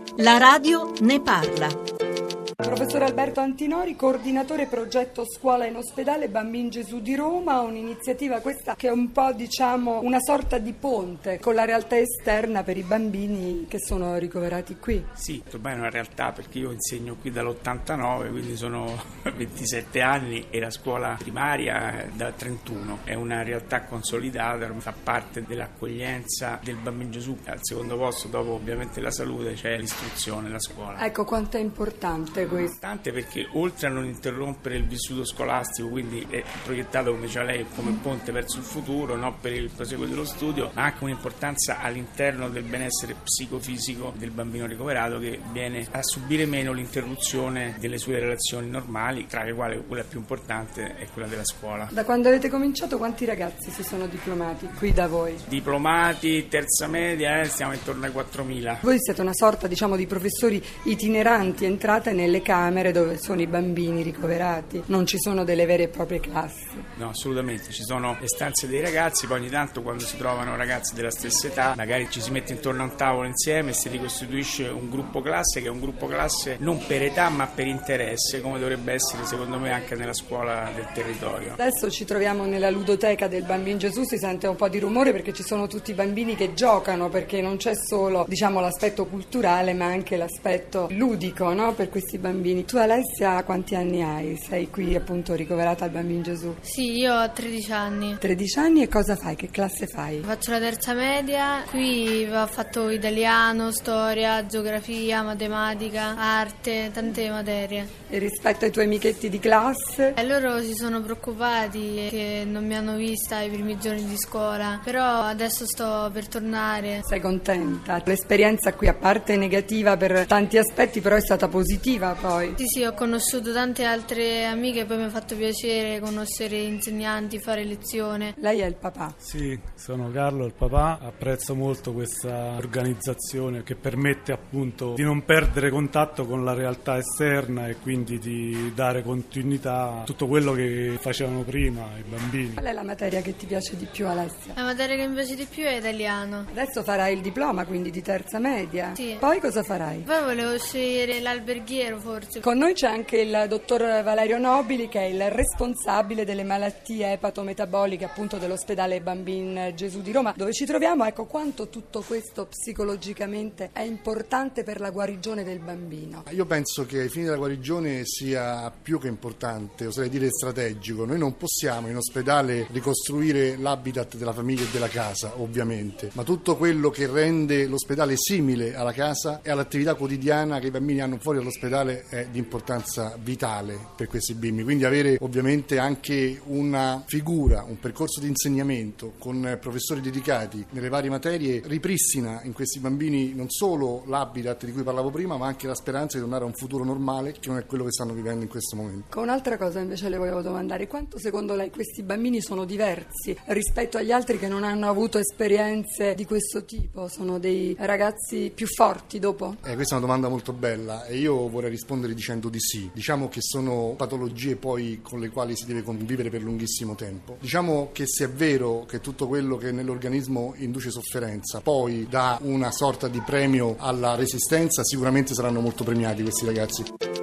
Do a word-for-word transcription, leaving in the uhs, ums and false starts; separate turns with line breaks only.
La radio ne parla.
Professor Alberto Antinori, coordinatore progetto Scuola in Ospedale Bambin Gesù di Roma, un'iniziativa questa che è un po', diciamo, una sorta di ponte con la realtà esterna per i bambini che sono ricoverati qui.
Sì, ormai è una realtà perché io insegno qui dall'ottantanove, quindi sono ventisette anni e la scuola primaria da trentuno. È una realtà consolidata, fa parte dell'accoglienza del Bambin Gesù. Al secondo posto, dopo ovviamente la salute, c'è l'istruzione, la scuola.
Ecco quanto è importante questo.
Importante perché oltre a non interrompere il vissuto scolastico, quindi è proiettato, come diceva lei, come ponte verso il futuro, no? Per il proseguo dello studio, ma anche un'importanza all'interno del benessere psicofisico del bambino ricoverato, che viene a subire meno l'interruzione delle sue relazioni normali, tra le quali quella più importante è quella della scuola.
Da quando avete cominciato, quanti ragazzi si sono diplomati qui da voi?
Diplomati, terza media, eh, stiamo intorno ai quattromila.
Voi siete una sorta, diciamo, di professori itineranti, entrate nelle camere dove sono i bambini ricoverati, non ci sono delle vere e proprie classi.
No, assolutamente, ci sono le stanze dei ragazzi, poi ogni tanto quando si trovano ragazzi della stessa età magari ci si mette intorno a un tavolo insieme e si ricostituisce un gruppo classe, che è un gruppo classe non per età ma per interesse, come dovrebbe essere secondo me anche nella scuola del territorio.
Adesso ci troviamo nella ludoteca del Bambin Gesù, si sente un po' di rumore perché ci sono tutti i bambini che giocano, perché non c'è solo, diciamo, l'aspetto culturale ma anche l'aspetto ludico, no? Per questi bambini. Tu, Alessia, quanti anni hai? Sei qui appunto ricoverata al Bambin Gesù?
Sì, io ho tredici anni.
tredici anni e cosa fai? Che classe fai?
Faccio la terza media, qui ho fatto italiano, storia, geografia, matematica, arte, tante materie.
E rispetto ai tuoi amichetti di classe?
E loro si sono preoccupati che non mi hanno vista ai primi giorni di scuola, però adesso sto per tornare.
Sei contenta? L'esperienza qui, a parte negativa per tanti aspetti, però è stata positiva poi?
Sì, sì, ho conosciuto tante altre amiche, poi mi ha fatto piacere conoscere insegnanti, fare lezione.
Lei è il papà?
Sì, sono Carlo, il papà. Apprezzo molto questa organizzazione che permette appunto di non perdere contatto con la realtà esterna e quindi di dare continuità a tutto quello che facevano prima i bambini.
Qual è la materia che ti piace di più, Alessia?
La materia che mi piace di più è italiano.
Adesso farai il diploma, quindi di terza media?
Sì.
Poi cosa farai?
Poi volevo scegliere l'alberghiero forse.
Con noi c'è anche il dottor Valerio Nobili, che è il responsabile delle malattie epatometaboliche appunto dell'ospedale Bambin Gesù di Roma, dove ci troviamo. Ecco quanto tutto questo psicologicamente è importante per la guarigione del bambino.
Io penso che ai fini della guarigione sia più che importante, oserei dire strategico. Noi non possiamo in ospedale ricostruire l'habitat della famiglia e della casa, ovviamente, ma tutto quello che rende l'ospedale simile alla casa e all'attività quotidiana che i bambini hanno fuori dall'ospedale è di importanza vitale per questi bimbi. Quindi avere ovviamente anche una figura, un percorso di insegnamento con professori dedicati nelle varie materie ripristina in questi bambini non solo l'habitat di cui parlavo prima, ma anche la speranza di tornare a un futuro normale, che non è quello che stanno vivendo in questo momento.
Con un'altra cosa invece le volevo domandare: quanto secondo lei questi bambini sono diversi rispetto agli altri che non hanno avuto esperienze di questo tipo? Sono dei ragazzi più forti dopo?
Eh, questa è una domanda molto bella e io vorrei rispondere dicendo di sì. Diciamo che sono patologie poi con le quali si deve convivere per lunghissimo tempo. Diciamo che se è vero che tutto quello che nell'organismo induce sofferenza poi dà una sorta di premio alla resistenza, sicuramente saranno molto premiati questi ragazzi.